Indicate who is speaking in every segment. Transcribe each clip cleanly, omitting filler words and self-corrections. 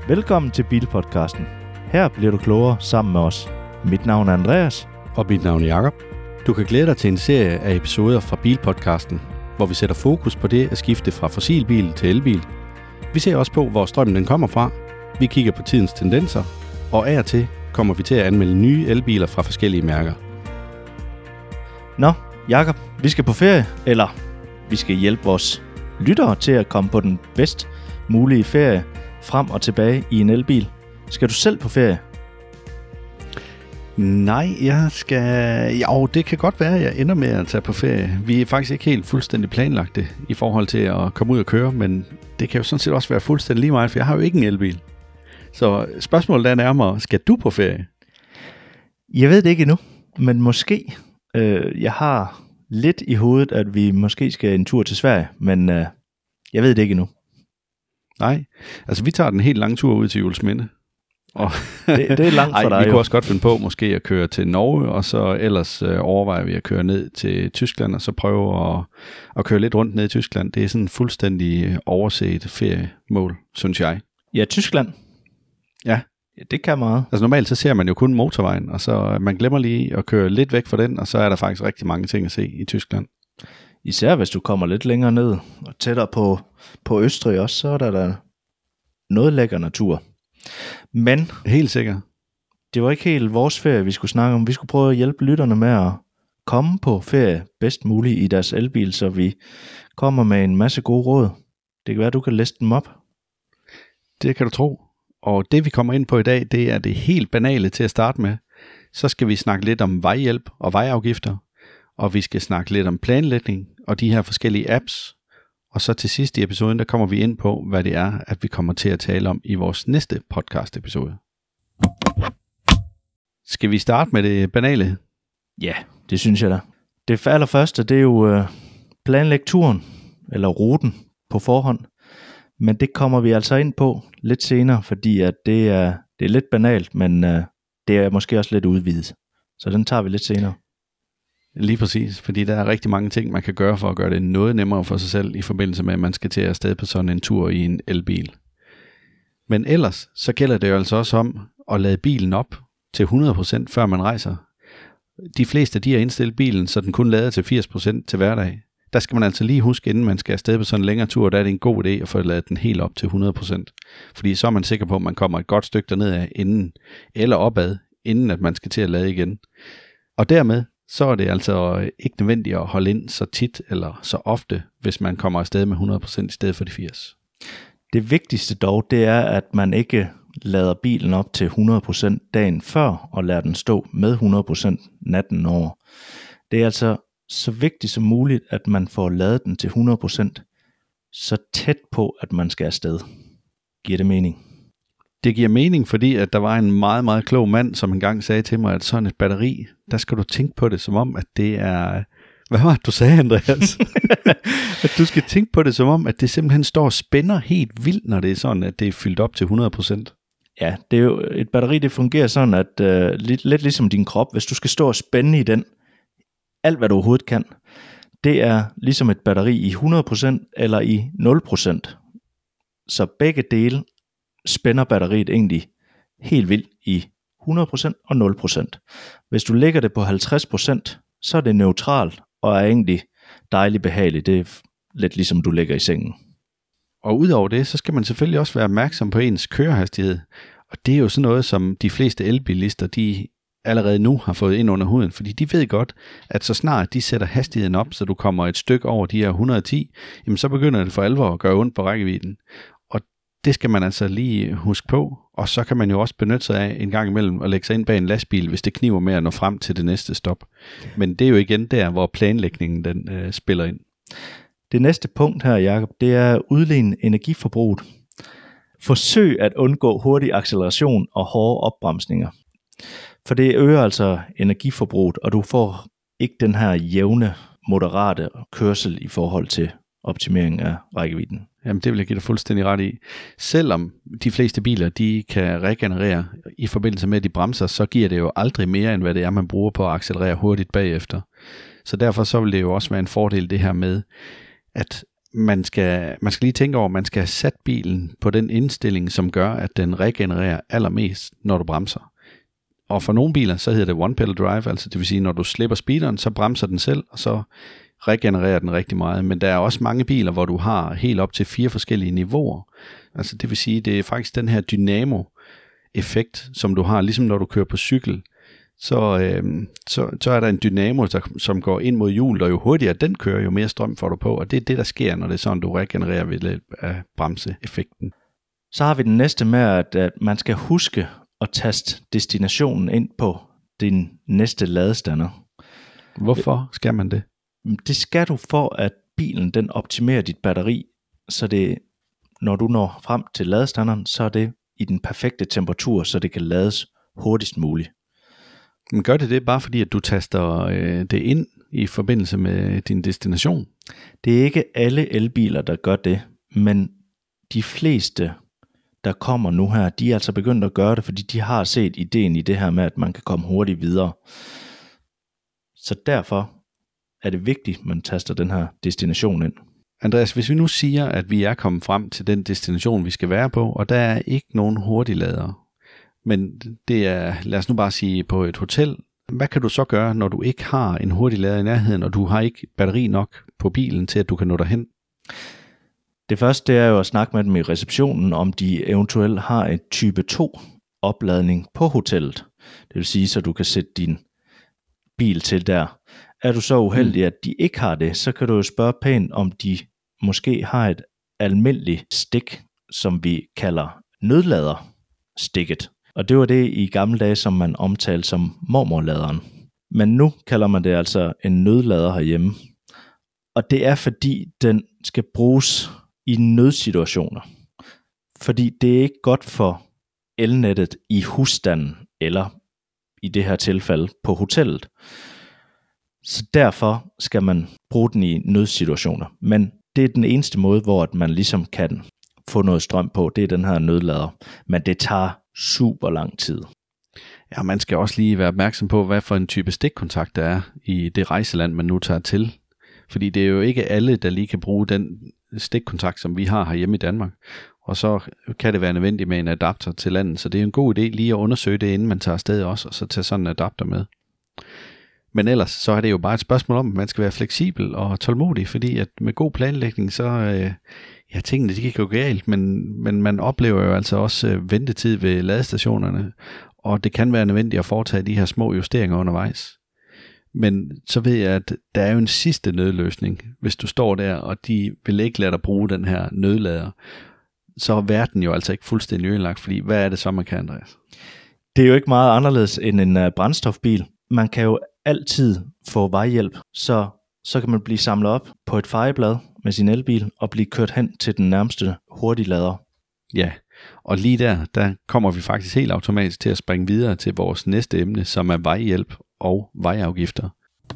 Speaker 1: Velkommen til Bilpodcasten. Her bliver du klogere sammen med os. Mit navn er Andreas.
Speaker 2: Og mit navn er Jakob. Du kan glæde dig til en serie af episoder fra Bilpodcasten, hvor vi sætter fokus på det at skifte fra fossilbil til elbil. Vi ser også på, hvor strømmen den kommer fra. Vi kigger på tidens tendenser, og af og til kommer vi til at anmelde nye elbiler fra forskellige mærker.
Speaker 1: Nå, Jakob, vi skal på ferie, eller vi skal hjælpe vores lyttere til at komme på den bedst mulige ferie frem og tilbage i en elbil. Skal du selv på ferie?
Speaker 2: Nej, jeg skal... Jo, det kan godt være, at jeg ender med at tage på ferie. Vi er faktisk ikke helt fuldstændig planlagte i forhold til at komme ud og køre, men det kan jo sådan set også være fuldstændig lige meget, for jeg har jo ikke en elbil. Så spørgsmålet er nærmere, skal du på ferie?
Speaker 1: Jeg ved det ikke endnu, men måske. Jeg har lidt i hovedet, at vi måske skal en tur til Sverige, men jeg ved det ikke endnu.
Speaker 2: Nej, altså vi tager den helt lange tur ud til Juelsminde. Og
Speaker 1: det er langt for dig.
Speaker 2: Vi kunne også godt finde på måske at køre til Norge, og så ellers overvejer vi at køre ned til Tyskland, og så prøve at køre lidt rundt ned i Tyskland. Det er sådan en fuldstændig overset feriemål, synes jeg.
Speaker 1: Ja, Tyskland.
Speaker 2: Ja,
Speaker 1: det kan meget.
Speaker 2: Altså normalt så ser man jo kun motorvejen, og så man glemmer lige at køre lidt væk fra den, og så er der faktisk rigtig mange ting at se i Tyskland.
Speaker 1: Især hvis du kommer lidt længere ned og tættere på Østrig også, så er der noget lækker natur. Men
Speaker 2: helt sikkert.
Speaker 1: Det var ikke helt vores ferie, vi skulle snakke om. Vi skulle prøve at hjælpe lytterne med at komme på ferie bedst muligt i deres elbil, så vi kommer med en masse gode råd. Det kan være, du kan liste dem op.
Speaker 2: Det kan du tro. Og det vi kommer ind på i dag, det er det helt banale til at starte med. Så skal vi snakke lidt om vejhjælp og vejafgifter. Og vi skal snakke lidt om planlægning og de her forskellige apps. Og så til sidst i episoden, der kommer vi ind på, hvad det er, at vi kommer til at tale om i vores næste podcast episode. Skal vi starte med det banale?
Speaker 1: Ja, det synes jeg da. Det allerførste, det er jo planlægge turen, eller ruten på forhånd. Men det kommer vi altså ind på lidt senere, fordi at det er lidt banalt, men det er måske også lidt udvidet. Så den tager vi lidt senere.
Speaker 2: Lige præcis, fordi der er rigtig mange ting, man kan gøre for at gøre det noget nemmere for sig selv, i forbindelse med, at man skal til at sted på sådan en tur i en elbil. Men ellers, så gælder det jo altså også om at lade bilen op til 100%, før man rejser. De fleste, de har indstillet bilen, så den kun lader til 80% til hverdag. Der skal man altså lige huske, inden man skal afsted på sådan en længere tur, der er det en god idé at få ladet den helt op til 100%. Fordi så er man sikker på, at man kommer et godt stykke derned af inden, eller opad, inden at man skal til at lade igen. Og dermed, så er det altså ikke nødvendigt at holde ind så tit eller så ofte, hvis man kommer afsted med 100% i stedet for de 80%.
Speaker 1: Det vigtigste dog, det er, at man ikke lader bilen op til 100% dagen før, og lader den stå med 100% natten over. Det er altså så vigtigt som muligt, at man får ladet den til 100%, så tæt på, at man skal afsted. Giver det mening?
Speaker 2: Det giver mening, fordi at der var en meget, meget klog mand, som engang sagde til mig, at sådan et batteri, der skal du tænke på det som om, at det er... Hvad var det, du sagde, Andreas? At du skal tænke på det som om, at det simpelthen står og spænder helt vildt, når det er sådan, at det er fyldt op til 100%.
Speaker 1: Ja, det er jo et batteri, det fungerer sådan, at lidt ligesom din krop, hvis du skal stå og spænde i den, alt hvad du overhovedet kan, det er ligesom et batteri i 100% eller i 0%. Så begge dele spænder batteriet egentlig helt vildt i 100% og 0%. Hvis du lægger det på 50%, så er det neutralt og er egentlig dejligt behageligt. Det er lidt ligesom du ligger i sengen.
Speaker 2: Og udover det, så skal man selvfølgelig også være opmærksom på ens kørehastighed. Og det er jo sådan noget, som de fleste elbilister, de allerede nu har fået ind under huden, fordi de ved godt, at så snart de sætter hastigheden op, så du kommer et stykke over de her 110, jamen så begynder det for alvor at gøre ondt på rækkevidden. Og det skal man altså lige huske på, og så kan man jo også benytte sig af en gang imellem at lægge sig ind bag en lastbil, hvis det kniver med at nå frem til det næste stop. Men det er jo igen der, hvor planlægningen den spiller ind.
Speaker 1: Det næste punkt her, Jakob, det er at udligne energiforbruget. Forsøg at undgå hurtig acceleration og hårde opbremsninger. For det øger altså energiforbruget, og du får ikke den her jævne, moderate kørsel i forhold til optimering af rækkevidden.
Speaker 2: Jamen det vil jeg give dig fuldstændig ret i. Selvom de fleste biler, de kan regenerere i forbindelse med, at de bremser, så giver det jo aldrig mere, end hvad det er, man bruger på at accelerere hurtigt bagefter. Så derfor så vil det jo også være en fordel det her med, at man skal lige tænke over, at man skal have sat bilen på den indstilling, som gør, at den regenererer allermest, når du bremser. Og for nogle biler, så hedder det one pedal drive, altså det vil sige, når du slipper speederen, så bremser den selv, og så regenererer den rigtig meget. Men der er også mange biler, hvor du har helt op til 4 forskellige niveauer. Altså det vil sige, det er faktisk den her dynamo-effekt, som du har, ligesom når du kører på cykel. Så er der en dynamo, som går ind mod hjulet, og jo hurtigere den kører, jo mere strøm får du på. Og det er det, der sker, når det er sådan, du regenererer ved hjælp af bremseeffekten.
Speaker 1: Så har vi den næste med, at man skal huske at taste destinationen ind på din næste ladestander.
Speaker 2: Hvorfor skal man det?
Speaker 1: Det skal du for, at bilen den optimerer dit batteri, så det, når du når frem til ladestanderen, så er det i den perfekte temperatur, så det kan lades hurtigst muligt.
Speaker 2: Men gør det bare fordi, at du taster det ind i forbindelse med din destination?
Speaker 1: Det er ikke alle elbiler, der gør det, men de fleste, der kommer nu her, de er altså begyndt at gøre det, fordi de har set ideen i det her med, at man kan komme hurtigt videre. Så derfor er det vigtigt, at man taster den her destination ind.
Speaker 2: Andreas, hvis vi nu siger, at vi er kommet frem til den destination, vi skal være på, og der er ikke nogen hurtigladere, men det er, lad os nu bare sige, på et hotel. Hvad kan du så gøre, når du ikke har en hurtiglader i nærheden, og du har ikke batteri nok på bilen til, at du kan nå derhen?
Speaker 1: Det første det er jo at snakke med dem i receptionen, om de eventuelt har et type 2 opladning på hotellet. Det vil sige, så du kan sætte din bil til der. Er du så uheldig, at de ikke har det, så kan du jo spørge pænt, om de måske har et almindeligt stik, som vi kalder nødladerstikket. Og det var det i gamle dage, som man omtalte som mormorladeren. Men nu kalder man det altså en nødlader herhjemme. Og det er fordi, den skal bruges i nødsituationer. Fordi det er ikke godt for elnettet i husstanden, eller i det her tilfælde på hotellet. Så derfor skal man bruge den i nødsituationer. Men det er den eneste måde, hvor man ligesom kan få noget strøm på, det er den her nødlader. Men det tager super lang tid.
Speaker 2: Ja, man skal også lige være opmærksom på, hvad for en type stikkontakt der er i det rejseland, man nu tager til. Fordi det er jo ikke alle, der lige kan bruge den stikkontakt, som vi har herhjemme i Danmark. Og så kan det være nødvendigt med en adapter til landet. Så det er en god idé lige at undersøge det, inden man tager afsted også, og så tage sådan en adapter med. Men ellers så er det jo bare et spørgsmål om, at man skal være fleksibel og tålmodig, fordi at med god planlægning, så tingene de kan gå galt, men man oplever jo altså også ventetid ved ladestationerne, og det kan være nødvendigt at foretage de her små justeringer undervejs. Men så ved jeg, at der er jo en sidste nødløsning, hvis du står der, og de vil ikke lade dig bruge den her nødlader, så er verden jo altså ikke fuldstændig ødelagt, fordi hvad er det så, man kan, Andreas?
Speaker 1: Det er jo ikke meget anderledes end en brændstofbil. Man kan jo altid få vejhjælp, så kan man blive samlet op på et fejeblad med sin elbil og blive kørt hen til den nærmeste hurtiglader.
Speaker 2: Ja, og lige der kommer vi faktisk helt automatisk til at springe videre til vores næste emne, som er vejhjælp og vejafgifter.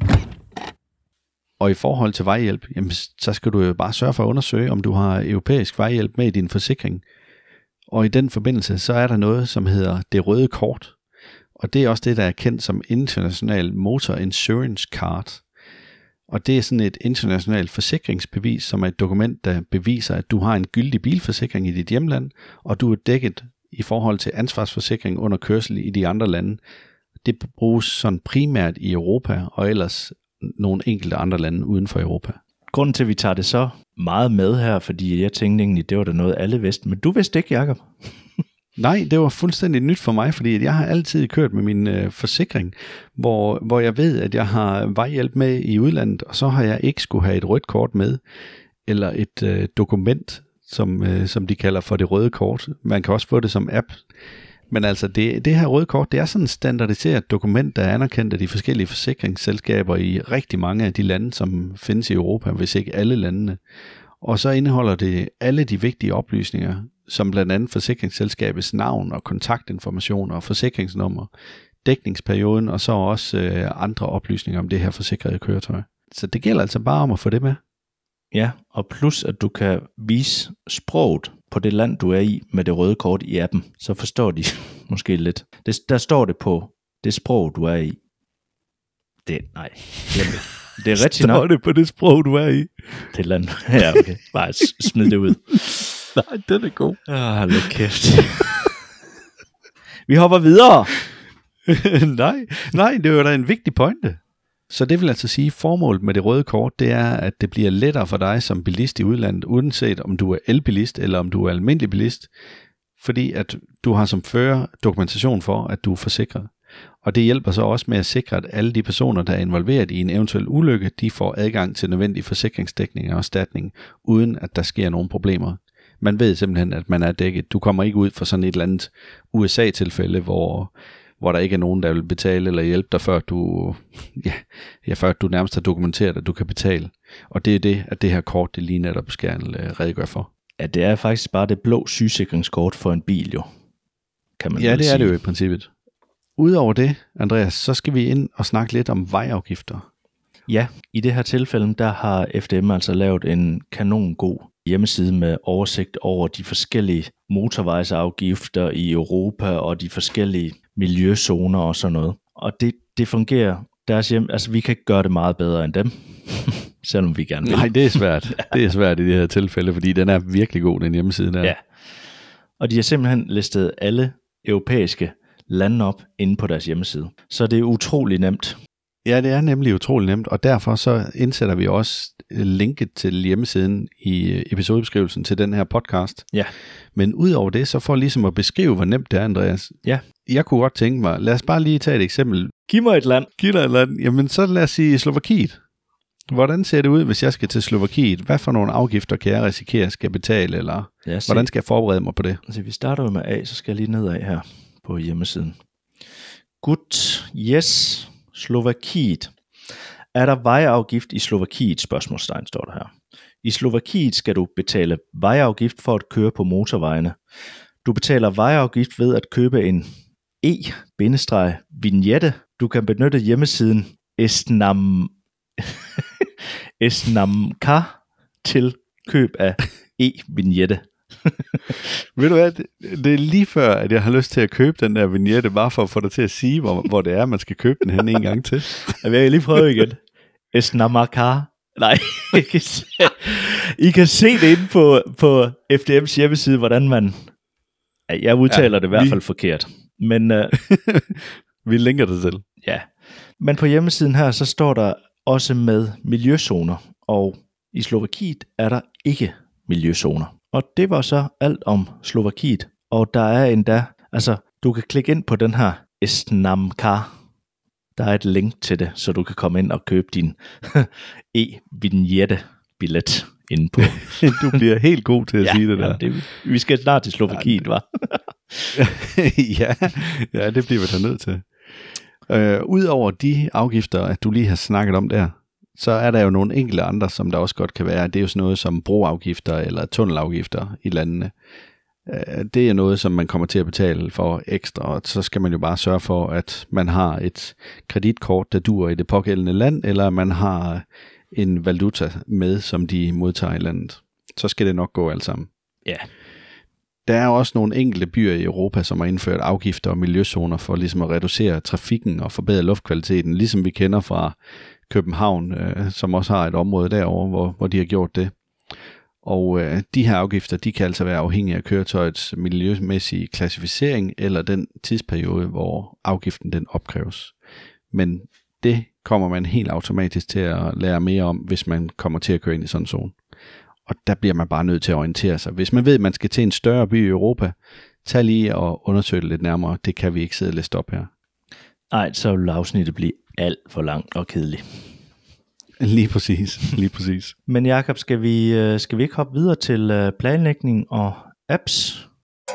Speaker 2: Og i forhold til vejhjælp, jamen, så skal du jo bare sørge for at undersøge, om du har europæisk vejhjælp med i din forsikring. Og i den forbindelse, så er der noget, som hedder det røde kort. Og det er også det, der er kendt som International Motor Insurance Card. Og det er sådan et internationalt forsikringsbevis, som er et dokument, der beviser, at du har en gyldig bilforsikring i dit hjemland, og du er dækket i forhold til ansvarsforsikring under kørsel i de andre lande. Det bruges sådan primært i Europa, og ellers nogle enkelte andre lande uden for Europa.
Speaker 1: Grunden til, at vi tager det så meget med her, fordi jeg tænkte egentlig, det var da noget alle vidste, men du vidste ikke, Jacob.
Speaker 2: Nej, det var fuldstændig nyt for mig, fordi jeg har altid kørt med min forsikring, hvor jeg ved, at jeg har vejhjælp med i udlandet, og så har jeg ikke skulle have et rødt kort med, eller et dokument, som de kalder for det røde kort. Man kan også få det som app. Men altså, det her røde kort, det er sådan et standardiseret dokument, der er anerkendt af de forskellige forsikringsselskaber i rigtig mange af de lande, som findes i Europa, hvis ikke alle landene. Og så indeholder det alle de vigtige oplysninger, som blandt andet forsikringsselskabets navn og kontaktinformationer og forsikringsnummer, dækningsperioden og så også andre oplysninger om det her forsikrede køretøj. Så det gælder altså bare om at få det med.
Speaker 1: Ja, og plus at du kan vise sproget på det land, du er i med det røde kort i appen, så forstår de måske lidt. Der står det på det sprog, du er i. Nej, glem det. Det er rigtigt nok.
Speaker 2: Står det på det sprog, du er i?
Speaker 1: Det land. Ja, okay. Bare smid det ud.
Speaker 2: Nej, den er god.
Speaker 1: Hold kæft. Vi hopper videre.
Speaker 2: nej, det var da en vigtig pointe. Så det vil altså sige, at formålet med det røde kort, det er, at det bliver lettere for dig som bilist i udlandet, uanset om du er elbilist eller om du er almindelig bilist, fordi at du har som fører dokumentation for, at du er forsikret. Og det hjælper så også med at sikre, at alle de personer, der er involveret i en eventuel ulykke, de får adgang til nødvendig forsikringsdækning og erstatning, uden at der sker nogen problemer. Man ved simpelthen, at man er dækket. Du kommer ikke ud for sådan et eller andet USA-tilfælde, hvor der ikke er nogen, der vil betale eller hjælpe dig, før du nærmest har dokumenteret, at du kan betale. Og det er det, at det her kort, det lige netop skal redegøre for.
Speaker 1: Ja, det er faktisk bare det blå sygesikringskort for en bil, jo. Kan man
Speaker 2: ja, det
Speaker 1: sige.
Speaker 2: er det jo i princippet. Udover det, Andreas, så skal vi ind og snakke lidt om vejafgifter.
Speaker 1: Ja, i det her tilfælde, der har FDM altså lavet en kanongod hjemmeside med oversigt over de forskellige motorvejsafgifter i Europa og de forskellige miljøzoner og sådan noget. Og det fungerer deres hjem. Altså, vi kan ikke gøre det meget bedre end dem, selvom vi gerne vil.
Speaker 2: Nej, det er svært. Det er svært i det her tilfælde, fordi den er virkelig god, den hjemmeside der.
Speaker 1: Ja, og de har simpelthen listet alle europæiske lande op inde på deres hjemmeside. Så det er utrolig nemt.
Speaker 2: Ja, det er nemlig utrolig nemt, og derfor så indsætter vi også linket til hjemmesiden i episodebeskrivelsen til den her podcast.
Speaker 1: Ja.
Speaker 2: Men udover det, så for ligesom at beskrive, hvor nemt det er, Andreas.
Speaker 1: Ja.
Speaker 2: Jeg kunne godt tænke mig, lad os bare lige tage et eksempel.
Speaker 1: Giv mig et land.
Speaker 2: Giv dig et land. Jamen så lad os sige Slovakiet. Hvordan ser det ud, hvis jeg skal til Slovakiet? Hvad for nogle afgifter kan jeg risikere, at skal betale, eller hvordan skal jeg forberede mig på det?
Speaker 1: Altså, vi starter jo med A, så skal jeg lige nedad her på hjemmesiden. Good, yes, Slovakiet. Er der vejafgift i Slovakiet? Spørgsmålstegn står der her. I Slovakiet skal du betale vejafgift for at køre på motorvejene. Du betaler vejafgift ved at købe en e-vignette. Du kan benytte hjemmesiden Esnamka til køb af e-vignette.
Speaker 2: Ved du hvad, det er lige før, at jeg har lyst til at købe den der vignette, bare for at få dig til at sige, hvor det er, man skal købe den hen en gang til.
Speaker 1: Jeg vil lige prøve igen. Esnamka. Nej, I kan se det inde på FDM's hjemmeside, hvordan man... Jeg udtaler det i hvert fald forkert. Men
Speaker 2: vi linker det til.
Speaker 1: Ja, men på hjemmesiden her, så står der også med miljøzoner, og i Slovakiet er der ikke miljøzoner. Og det var så alt om Slovakiet, og der er endda, altså du kan klikke ind på den her Esnamka, der er et link til det, så du kan komme ind og købe din e-vignette-billet inde på.
Speaker 2: Du bliver helt god til at sige det der.
Speaker 1: Vi skal snart til Slovakiet, hva'?
Speaker 2: ja, det bliver vi da nødt til. Udover de afgifter, at du lige har snakket om der, så er der jo nogle enkelte andre, som der også godt kan være. Det er jo sådan noget som broafgifter eller tunnelafgifter i landene. Det er noget, som man kommer til at betale for ekstra, og så skal man jo bare sørge for, at man har et kreditkort, der duer i det pågældende land, eller man har en valuta med, som de modtager i landet. Så skal det nok gå alt sammen.
Speaker 1: Ja.
Speaker 2: Der er også nogle enkelte byer i Europa, som har indført afgifter og miljøzoner for ligesom at reducere trafikken og forbedre luftkvaliteten, ligesom vi kender fra København, som også har et område derovre, hvor de har gjort det. Og de her afgifter, de kan altså være afhængige af køretøjets miljømæssige klassificering eller den tidsperiode, hvor afgiften den opkræves. Men det kommer man helt automatisk til at lære mere om, hvis man kommer til at køre ind i sådan en zone. Og der bliver man bare nødt til at orientere sig. Hvis man ved, at man skal til en større by i Europa, tag lige og undersøg det lidt nærmere. Det kan vi ikke sidde og læse op her.
Speaker 1: Nej, så vil afsnittet blive alt for langt og kedeligt.
Speaker 2: Lige præcis.
Speaker 1: Men Jakob, skal vi ikke hoppe videre til planlægning og apps?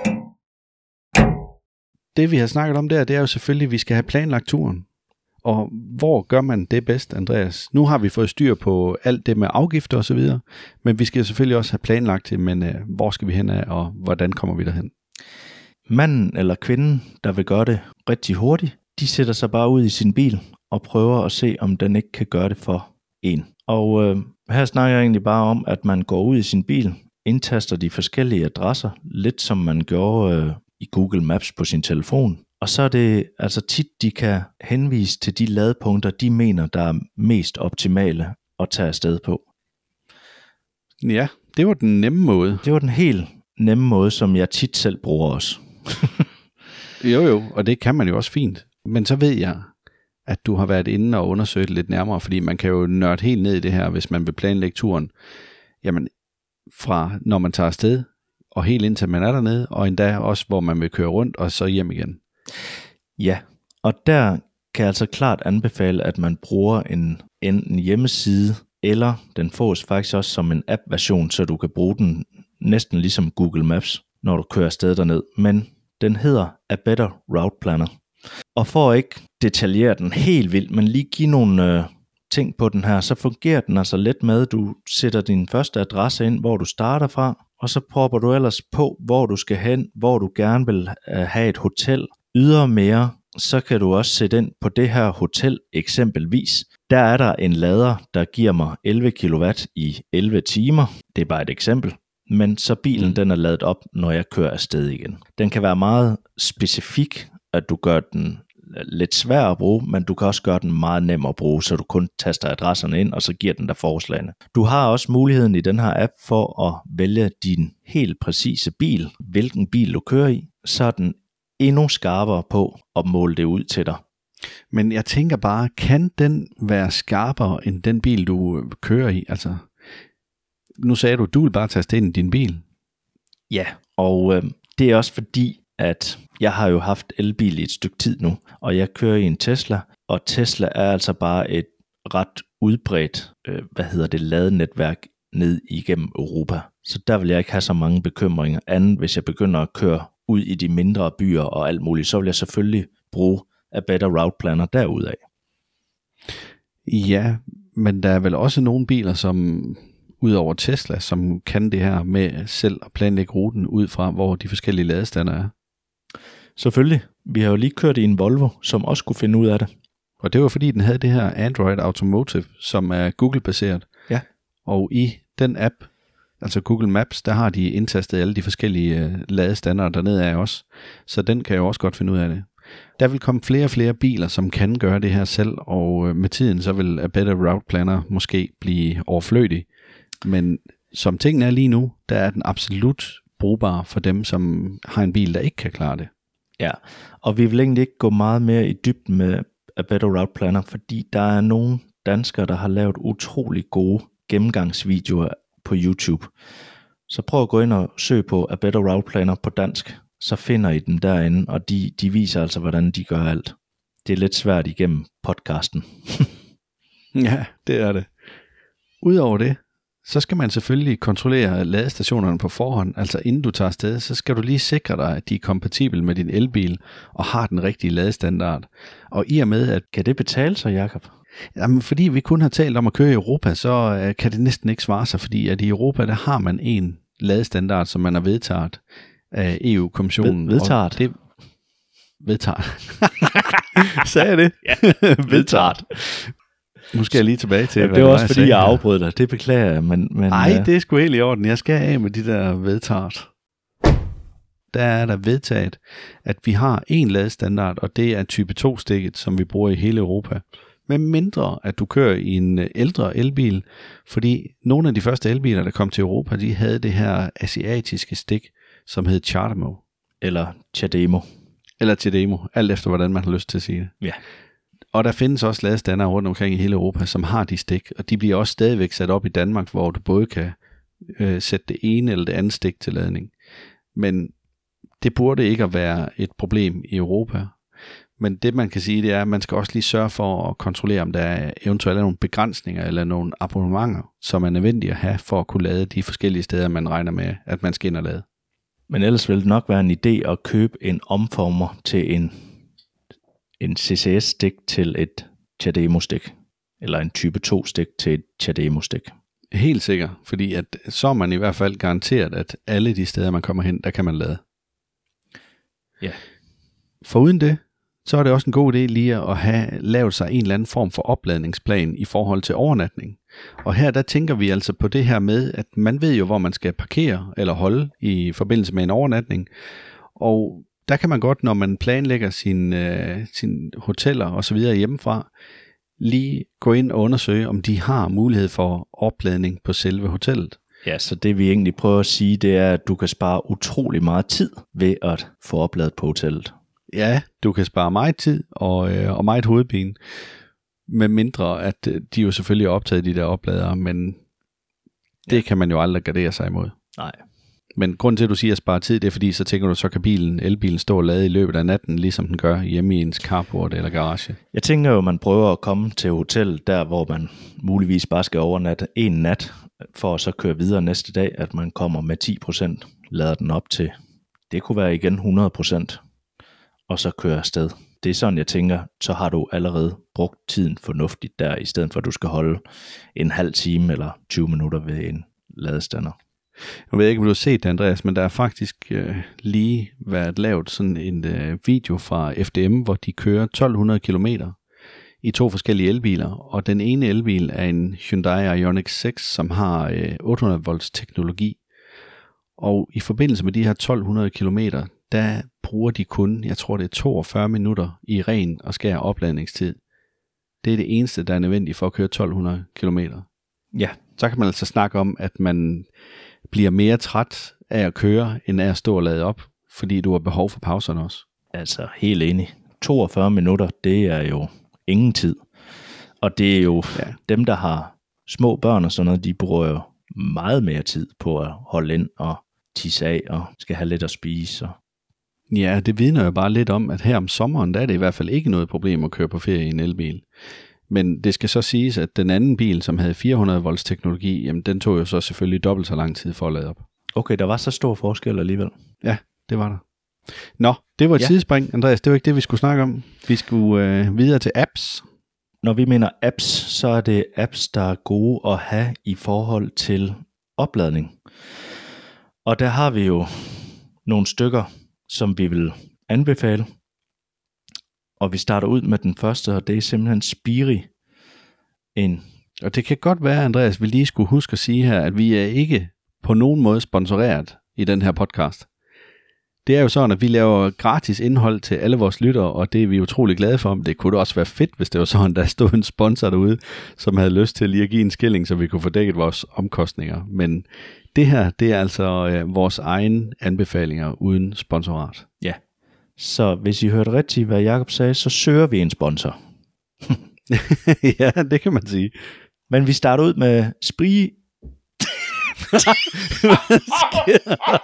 Speaker 2: Det vi har snakket om der, det er jo selvfølgelig, at vi skal have planlagt turen. Og hvor gør man det bedst, Andreas? Nu har vi fået styr på alt det med afgifter og så videre, men vi skal selvfølgelig også have planlagt det, men hvor skal vi hen af, og hvordan kommer vi derhen?
Speaker 1: Manden eller kvinden, der vil gøre det rigtig hurtigt, de sætter sig bare ud i sin bil og prøver at se, om den ikke kan gøre det for en. Og her snakker jeg egentlig bare om, at man går ud i sin bil, indtaster de forskellige adresser, lidt som man gjorde i Google Maps på sin telefon, Og så er det altså tit, de kan henvise til de ladepunkter, de mener, der er mest optimale at tage afsted på.
Speaker 2: Ja, det var den nemme måde.
Speaker 1: Det var den helt nemme måde, som jeg tit selv bruger også.
Speaker 2: Jo, og det kan man jo også fint. Men så ved jeg, at du har været inde og undersøgt lidt nærmere, fordi man kan jo nørde helt ned i det her, hvis man vil planlægge turen. Jamen, fra når man tager afsted, og helt indtil man er dernede, og endda også, hvor man vil køre rundt, og så hjem igen.
Speaker 1: Ja, og der kan jeg altså klart anbefale, at man bruger enten hjemmeside, eller den fås faktisk også som en app-version, så du kan bruge den næsten ligesom Google Maps, når du kører afsted derned. Men den hedder A Better Route Planner. Og for at ikke detaljere den helt vildt, men lige give nogle ting på den her, så fungerer den altså let med, du sætter din første adresse ind, hvor du starter fra, og så propper du ellers på, hvor du skal hen, hvor du gerne vil have et hotel. Ydermere, så kan du også sætte ind på det her hotel eksempelvis. Der er der en lader, der giver mig 11 kW i 11 timer. Det er bare et eksempel. Men så bilen den er ladet op, når jeg kører afsted igen. Den kan være meget specifik, at du gør den lidt svær at bruge, men du kan også gøre den meget nem at bruge, så du kun taster adresserne ind, og så giver den dig forslagene. Du har også muligheden i den her app for at vælge din helt præcise bil, hvilken bil du kører i, så er den endnu skarpere på at måle det ud til dig.
Speaker 2: Men jeg tænker bare, kan den være skarpere end den bil, du kører i? Altså, nu sagde du vil bare tage afsted i din bil.
Speaker 1: Ja, og det er også fordi, at jeg har jo haft elbil i et stykke tid nu, og jeg kører i en Tesla, og Tesla er altså bare et ret udbredt, ladenetværk ned igennem Europa. Så der vil jeg ikke have så mange bekymringer andet, hvis jeg begynder at køre ud i de mindre byer og alt muligt, så vil jeg selvfølgelig bruge A Better Route Planner derudaf.
Speaker 2: Ja, men der er vel også nogle biler, som udover Tesla, som kan det her med selv at planlægge ruten ud fra, hvor de forskellige ladestander er.
Speaker 1: Selvfølgelig. Vi har jo lige kørt i en Volvo, som også kunne finde ud af det.
Speaker 2: Og det var fordi, den havde det her Android Automotive, som er Google-baseret.
Speaker 1: Ja.
Speaker 2: Og i den app, altså Google Maps, der har de indtastet alle de forskellige ladestander dernede af også. Så den kan jo også godt finde ud af det. Der vil komme flere og flere biler, som kan gøre det her selv, og med tiden så vil A Better Route Planner måske blive overflødig. Men som tingene er lige nu, der er den absolut brugbar for dem, som har en bil, der ikke kan klare det.
Speaker 1: Ja, og vi vil egentlig ikke gå meget mere i dybden med A Better Route Planner, fordi der er nogle danskere, der har lavet utrolig gode gennemgangsvideoer på YouTube. Så prøv at gå ind og søg på A Better Route Planner på dansk, så finder I dem derinde, og de viser altså, hvordan de gør alt. Det er lidt svært igennem podcasten.
Speaker 2: Ja, det er det. Udover det, så skal man selvfølgelig kontrollere ladestationerne på forhånd. Altså inden du tager afsted, så skal du lige sikre dig, at de er kompatible med din elbil og har den rigtige ladestandard. Og i og med, at...
Speaker 1: Kan det betale sig, Jakob?
Speaker 2: Jamen, fordi vi kun har talt om at køre i Europa, så kan det næsten ikke svare sig, fordi at i Europa, der har man en ladestandard, som man har vedtaget af EU-kommissionen.
Speaker 1: Vedtaget?
Speaker 2: Det... Vedtaget. Sagde jeg det?
Speaker 1: Ja, vedtaget.
Speaker 2: Nu skal jeg lige tilbage til,
Speaker 1: det var også fordi, jeg afbrød dig. Det beklager jeg, men...
Speaker 2: Nej, det er sgu helt i orden. Jeg skal af med de der vedtaget. Der er der vedtaget, at vi har en ladestandard, og det er type 2-stikket, som vi bruger i hele Europa. Med mindre, at du kører i en ældre elbil, fordi nogle af de første elbiler, der kom til Europa, de havde det her asiatiske stik, som hed CHAdeMO.
Speaker 1: Eller CHAdeMO.
Speaker 2: Eller CHAdeMO, alt efter hvordan man har lyst til at sige det.
Speaker 1: Ja.
Speaker 2: Og der findes også ladestandere rundt omkring i hele Europa, som har de stik, og de bliver også stadigvæk sat op i Danmark, hvor du både kan sætte det ene eller det andet stik til ladning. Men det burde ikke at være et problem i Europa. Men det man kan sige, det er, at man skal også lige sørge for at kontrollere, om der er eventuelt nogle begrænsninger eller nogle abonnementer, som er nødvendige at have for at kunne lade de forskellige steder, man regner med, at man skal ind og lade.
Speaker 1: Men ellers vil det nok være en idé at købe en omformer til en CCS-stik til et CHAdeMO-stik, eller en type 2-stik til et CHAdeMO-stik.
Speaker 2: Helt sikkert, fordi at, så er man i hvert fald garanteret, at alle de steder, man kommer hen, der kan man lade.
Speaker 1: Ja.
Speaker 2: Foruden det, så er det også en god idé lige at have lavet sig en eller anden form for opladningsplan i forhold til overnatning. Og her der tænker vi altså på det her med, at man ved jo, hvor man skal parkere eller holde i forbindelse med en overnatning. Og der kan man godt, når man planlægger sin hoteller og så videre hjemmefra, lige gå ind og undersøge, om de har mulighed for opladning på selve hotellet.
Speaker 1: Ja, så det vi egentlig prøver at sige, det er, at du kan spare utrolig meget tid ved at få opladet på hotellet.
Speaker 2: Ja, du kan spare meget tid og meget hovedpine, med mindre at de jo selvfølgelig er optaget de der opladere, men det kan man jo aldrig gardere sig imod.
Speaker 1: Nej.
Speaker 2: Men grunden til, at du siger at spare tid, det er fordi, så tænker du, så kan elbilen stå og lade i løbet af natten, ligesom den gør hjemme i ens carport eller garage.
Speaker 1: Jeg tænker jo, at man prøver at komme til hotellet, der hvor man muligvis bare skal overnatte en nat, for at så køre videre næste dag, at man kommer med 10%, lader den op til, det kunne være igen 100%, og så kører afsted. Det er sådan, jeg tænker, så har du allerede brugt tiden fornuftigt der, i stedet for at du skal holde en halv time eller 20 minutter ved en ladestander.
Speaker 2: Jeg ved ikke, om du har set det, Andreas, men der er faktisk lige været lavet sådan en video fra FDM, hvor de kører 1200 kilometer i 2 forskellige elbiler, og den ene elbil er en Hyundai Ioniq 6, som har 800 volts teknologi, og i forbindelse med de her 1200 kilometer, der bruger de kun, jeg tror det er 42 minutter i ren og skær opladningstid. Det er det eneste, der er nødvendigt for at køre 1200 kilometer.
Speaker 1: Ja.
Speaker 2: Så kan man altså snakke om, at man bliver mere træt af at køre, end af at stå og lade op, fordi du har behov for pauserne også.
Speaker 1: Altså helt enig. 42 minutter, det er jo ingen tid. Og det er jo dem, der har små børn og sådan noget, de bruger jo meget mere tid på at holde ind og tisse af og skal have lidt at spise.
Speaker 2: Ja, det vidner jo bare lidt om, at her om sommeren, der er det i hvert fald ikke noget problem at køre på ferie i en elbil. Men det skal så siges, at den anden bil, som havde 400 volts teknologi, jamen den tog jo så selvfølgelig dobbelt så lang tid for at lade op.
Speaker 1: Okay, der var så stor forskel alligevel.
Speaker 2: Ja, det var der. Nå, det var et sidespring, Andreas. Det var ikke det, vi skulle snakke om. Vi skulle videre til apps.
Speaker 1: Når vi mener apps, så er det apps, der er gode at have i forhold til opladning. Og der har vi jo nogle stykker, som vi vil anbefale. Og vi starter ud med den første, og det er simpelthen Spiri.
Speaker 2: Og det kan godt være, Andreas, vi lige skulle huske at sige her, at vi er ikke på nogen måde sponsoreret i den her podcast. Det er jo sådan, at vi laver gratis indhold til alle vores lyttere, og det er vi utrolig glade for. Men det kunne da også være fedt, hvis det var sådan, der stod en sponsor derude, som havde lyst til lige at give en skilling, så vi kunne få dækket vores omkostninger. Men det her, det er altså vores egen anbefalinger uden sponsorat.
Speaker 1: Ja, så hvis I hørte rigtigt, hvad Jakob sagde, så søger vi en sponsor.
Speaker 2: Ja, det kan man sige.
Speaker 1: Men vi starter ud med Spiri.
Speaker 2: Hvad sker der?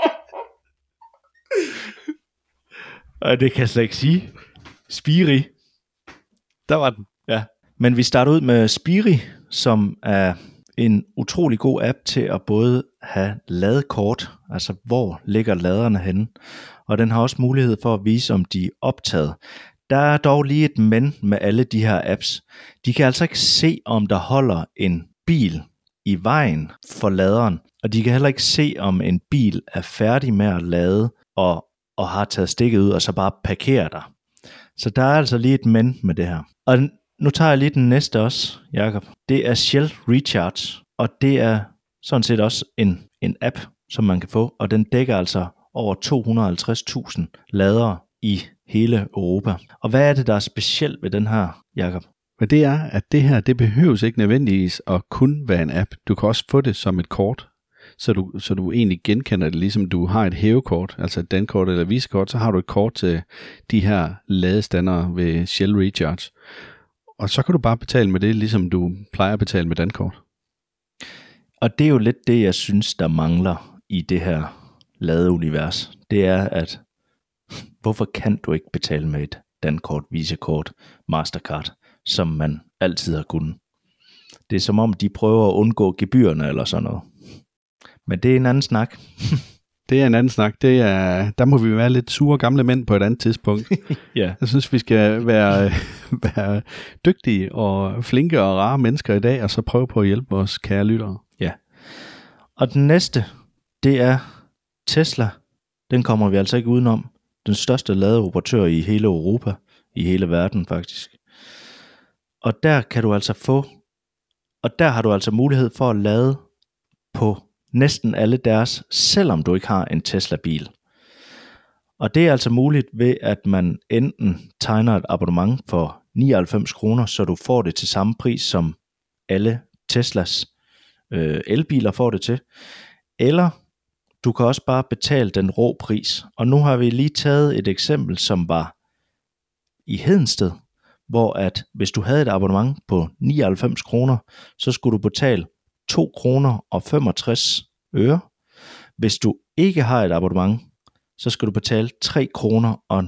Speaker 1: Og det kan jeg slet ikke sige. Spiri.
Speaker 2: Der var den.
Speaker 1: Ja. Men vi starter ud med Spiri, som er en utrolig god app til at både have ladekort, altså hvor ligger laderne henne, og den har også mulighed for at vise, om de er optaget. Der er dog lige et men med alle de her apps. De kan altså ikke se, om der holder en bil i vejen for laderen, og de kan heller ikke se, om en bil er færdig med at lade og har taget stikket ud og så bare parkerer der. Så der er altså lige et men med det her. Og nu tager jeg lige den næste også, Jakob. Det er Shell Recharge, og det er sådan set også en app, som man kan få, og den dækker altså over 250.000 ladere i hele Europa. Og hvad er det, der er specielt ved den her, Jakob?
Speaker 2: Men det er, at det her, det behøves ikke nødvendigvis at kun være en app. Du kan også få det som et kort, så du egentlig genkender det, ligesom du har et hævekort, altså et dankort eller visekort, så har du et kort til de her ladestandere ved Shell Recharge. Og så kan du bare betale med det, ligesom du plejer at betale med dankort. Og
Speaker 1: det er jo lidt det, jeg synes, der mangler i det her ladeunivers. Det er, at hvorfor kan du ikke betale med et dankort, visekort, Mastercard, som man altid har kunnet? Det er som om, de prøver at undgå gebyrerne eller sådan noget. Men det er en anden snak.
Speaker 2: Det er en anden snak. Der må vi være lidt sure gamle mænd på et andet tidspunkt.
Speaker 1: Ja.
Speaker 2: Jeg synes, vi skal være dygtige og flinke og rare mennesker i dag, og så prøve på at hjælpe vores kære lyttere.
Speaker 1: Ja. Og den næste, det er Tesla. Den kommer vi altså ikke udenom. Den største ladeoperatør i hele Europa, i hele verden faktisk. Og der kan du altså der har du altså mulighed for at lade på næsten alle deres, selvom du ikke har en Tesla-bil. Og det er altså muligt ved, at man enten tegner et abonnement for 99 kroner, så du får det til samme pris, som alle Teslas elbiler får det til, eller du kan også bare betale den rå pris. Og nu har vi lige taget et eksempel, som var i Hedensted, hvor at hvis du havde et abonnement på 99 kroner, så skulle du betale 2 kroner og 65 øre. Hvis du ikke har et abonnement, så skal du betale 3 kroner og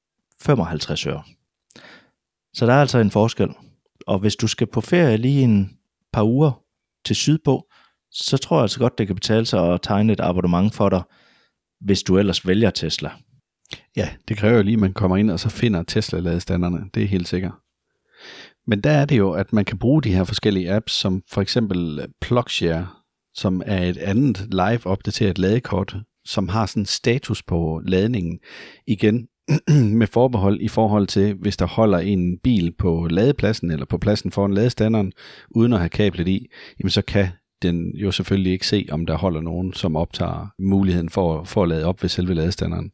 Speaker 1: 55 øre. Så der er altså en forskel. Og hvis du skal på ferie lige en par uger til sydpå, så tror jeg altså godt, det kan betale sig at tegne et abonnement for dig, hvis du ellers vælger Tesla.
Speaker 2: Ja, det kræver jo lige, at man kommer ind og så finder Tesla-ladestanderne. Det er helt sikkert. Men der er det jo, at man kan bruge de her forskellige apps, som for eksempel PlugShare, som er et andet live-opdateret ladekort, som har sådan status på ladningen. Igen med forbehold i forhold til, hvis der holder en bil på ladepladsen eller på pladsen foran ladestanderen, uden at have kablet i, jamen så kan den jo selvfølgelig ikke se, om der holder nogen, som optager muligheden for at lade op ved selve ladestanderen.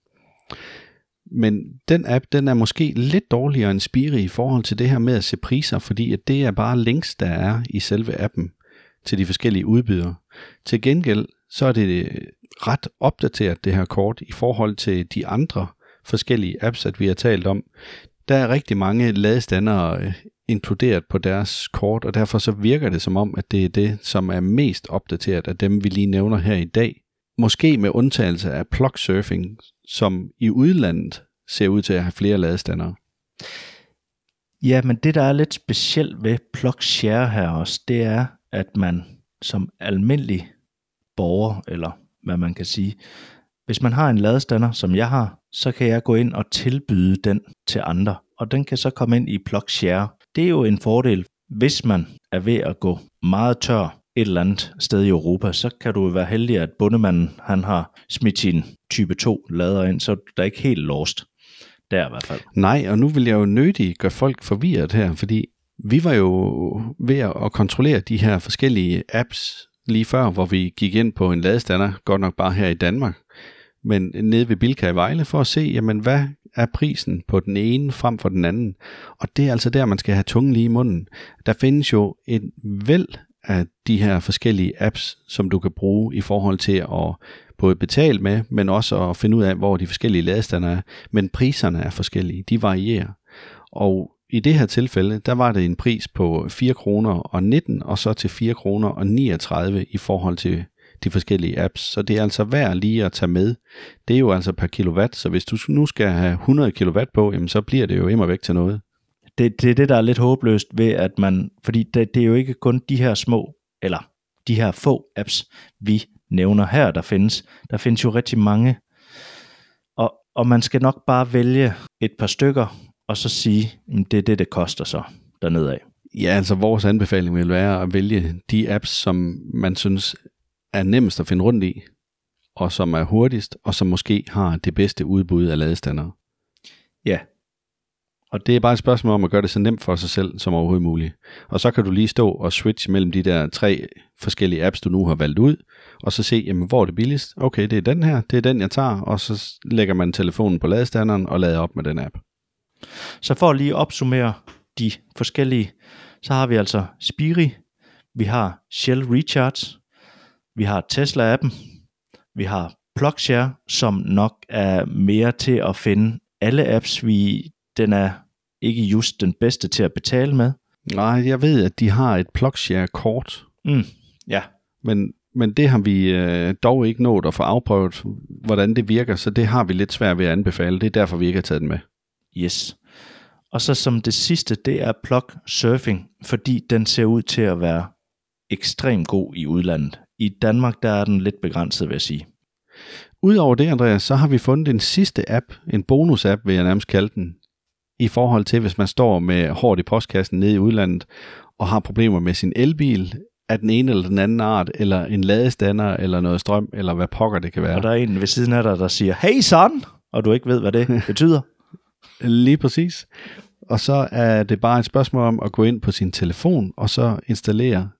Speaker 2: Men den app, den er måske lidt dårligere end Spiri i forhold til det her med at se priser, fordi at det er bare links, der er i selve appen til de forskellige udbydere. Til gengæld, så er det ret opdateret det her kort i forhold til de andre forskellige apps, at vi har talt om. Der er rigtig mange ladestandere inkluderet på deres kort, og derfor så virker det som om, at det er det, som er mest opdateret af dem, vi lige nævner her i dag. Måske med undtagelse af Plugsurfing, som i udlandet ser ud til at have flere ladestandere.
Speaker 1: Ja, men det, der er lidt specielt ved PlugShare her også, det er, at man som almindelig borger, eller hvad man kan sige, hvis man har en ladestander, som jeg har, så kan jeg gå ind og tilbyde den til andre, og den kan så komme ind i PlugShare. Det er jo en fordel, hvis man er ved at gå meget tør et eller andet sted i Europa, så kan du være heldig, at bondemanden han har smidt sin type 2 lader ind, så der er ikke helt lost. Der i hvert fald.
Speaker 2: Nej, og nu vil jeg jo nødigt gøre folk forvirret her, fordi vi var jo ved at kontrollere de her forskellige apps lige før, hvor vi gik ind på en ladestander, godt nok bare her i Danmark, men nede ved Bilka i Vejle for at se, jamen hvad er prisen på den ene frem for den anden. Og det er altså der, man skal have tungen lige i munden. Der findes jo et væld af de her forskellige apps, som du kan bruge i forhold til at både betale med, men også at finde ud af, hvor de forskellige ladestander er. Men priserne er forskellige, de varierer. Og i det her tilfælde, der var det en pris på 4 kroner og 19, og så til 4 kroner og 39 i forhold til de forskellige apps. Så det er altså værd lige at tage med. Det er jo altså per kilowatt, så hvis du nu skal have 100 kilowatt på, jamen så bliver det jo immer væk til noget.
Speaker 1: Det er det, der er lidt håbløst ved, at man, fordi det er jo ikke kun de her små, eller de her få apps, vi nævner her, der findes. Der findes jo rigtig mange, og man skal nok bare vælge et par stykker, og så sige, det er det koster så dernede af.
Speaker 2: Ja, altså vores anbefaling vil være at vælge de apps, som man synes er nemmest at finde rundt i, og som er hurtigst, og som måske har det bedste udbud af ladestandere.
Speaker 1: Ja.
Speaker 2: Og det er bare et spørgsmål om at gøre det så nemt for sig selv som overhovedet muligt. Og så kan du lige stå og switche mellem de der 3 forskellige apps, du nu har valgt ud, og så se, jamen, hvor er det billigst? Okay, det er den her, det er den, jeg tager, og så lægger man telefonen på ladestanderen og lader op med den app.
Speaker 1: Så for at lige opsummere de forskellige, så har vi altså Spiri, vi har Shell Recharge, vi har Tesla-appen, vi har PlugShare, som nok er mere til at finde alle apps, den er ikke just den bedste til at betale med.
Speaker 2: Nej, jeg ved, at de har et PlugShare-kort.
Speaker 1: Ja.
Speaker 2: Men det har vi dog ikke nået at få afprøvet, hvordan det virker, så det har vi lidt svært ved at anbefale. Det er derfor, vi ikke har taget den med.
Speaker 1: Yes. Og så som det sidste, det er Plugsurfing, fordi den ser ud til at være ekstremt god i udlandet. I Danmark, der er den lidt begrænset, vil jeg sige.
Speaker 2: Udover det, Andreas, så har vi fundet en sidste app, en bonus-app, vil jeg nærmest kalde den, i forhold til, hvis man står med hårdt i postkassen nede i udlandet, og har problemer med sin elbil, af den ene eller den anden art, eller en ladestander, eller noget strøm, eller hvad pokker det kan være.
Speaker 1: Og der er en ved siden af dig, der siger, hey son, og du ikke ved, hvad det betyder.
Speaker 2: Lige præcis. Og så er det bare et spørgsmål om at gå ind på sin telefon, og så installere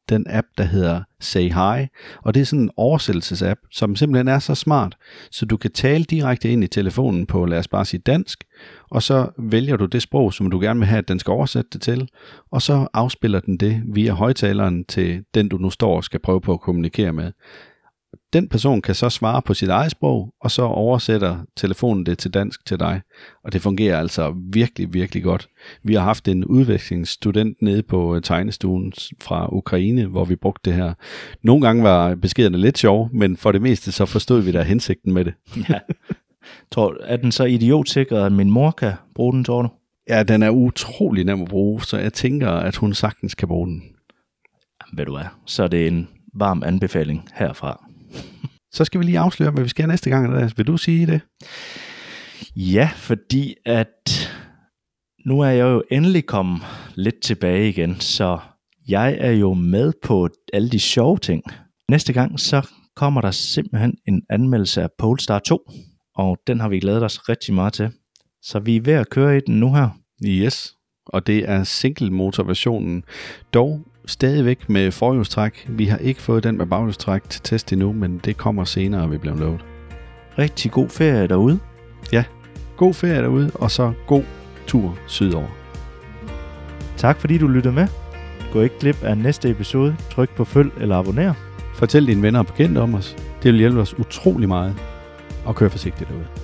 Speaker 2: den app, der hedder Say Hi, og det er sådan en oversættelsesapp, som simpelthen er så smart, så du kan tale direkte ind i telefonen på, lad os bare sige dansk, og så vælger du det sprog, som du gerne vil have, at den skal oversætte det til, og så afspiller den det via højtaleren til den, du nu står og skal prøve på at kommunikere med. Den person kan så svare på sit eget sprog, og så oversætter telefonen det til dansk til dig. Og det fungerer altså virkelig, virkelig godt. Vi har haft en udvekslingsstudent nede på tegnestuen fra Ukraine, hvor vi brugte det her. Nogle gange var beskederne lidt sjov, men for det meste så forstod vi da hensigten med det.
Speaker 1: Ja. Er den så idiotsikret, at min mor kan bruge den, tror du?
Speaker 2: Ja, den er utrolig nem at bruge, så jeg tænker, at hun sagtens kan bruge den.
Speaker 1: Ved du hvad, så er det en varm anbefaling herfra.
Speaker 2: Så skal vi lige afsløre, hvad vi skal næste gang, Andreas. Vil du sige det?
Speaker 1: Ja, fordi at nu er jeg jo endelig kommet lidt tilbage igen, så jeg er jo med på alle de sjove ting. Næste gang, så kommer der simpelthen en anmeldelse af Polestar 2, og den har vi glædet os rigtig meget til. Så vi er ved at køre i den nu her.
Speaker 2: Yes, og det er single motorversionen, dog stadigvæk med forhjulstræk. Vi har ikke fået den med baghjulstræk til test endnu, men det kommer senere, vi bliver lovet.
Speaker 1: Rigtig god ferie derude.
Speaker 2: Ja, god ferie derude, og så god tur sydover.
Speaker 1: Tak fordi du lyttede med. Gå ikke glip af næste episode. Tryk på følg eller abonner.
Speaker 2: Fortæl dine venner og bekendte om os. Det vil hjælpe os utrolig meget. Og kør forsigtigt derude.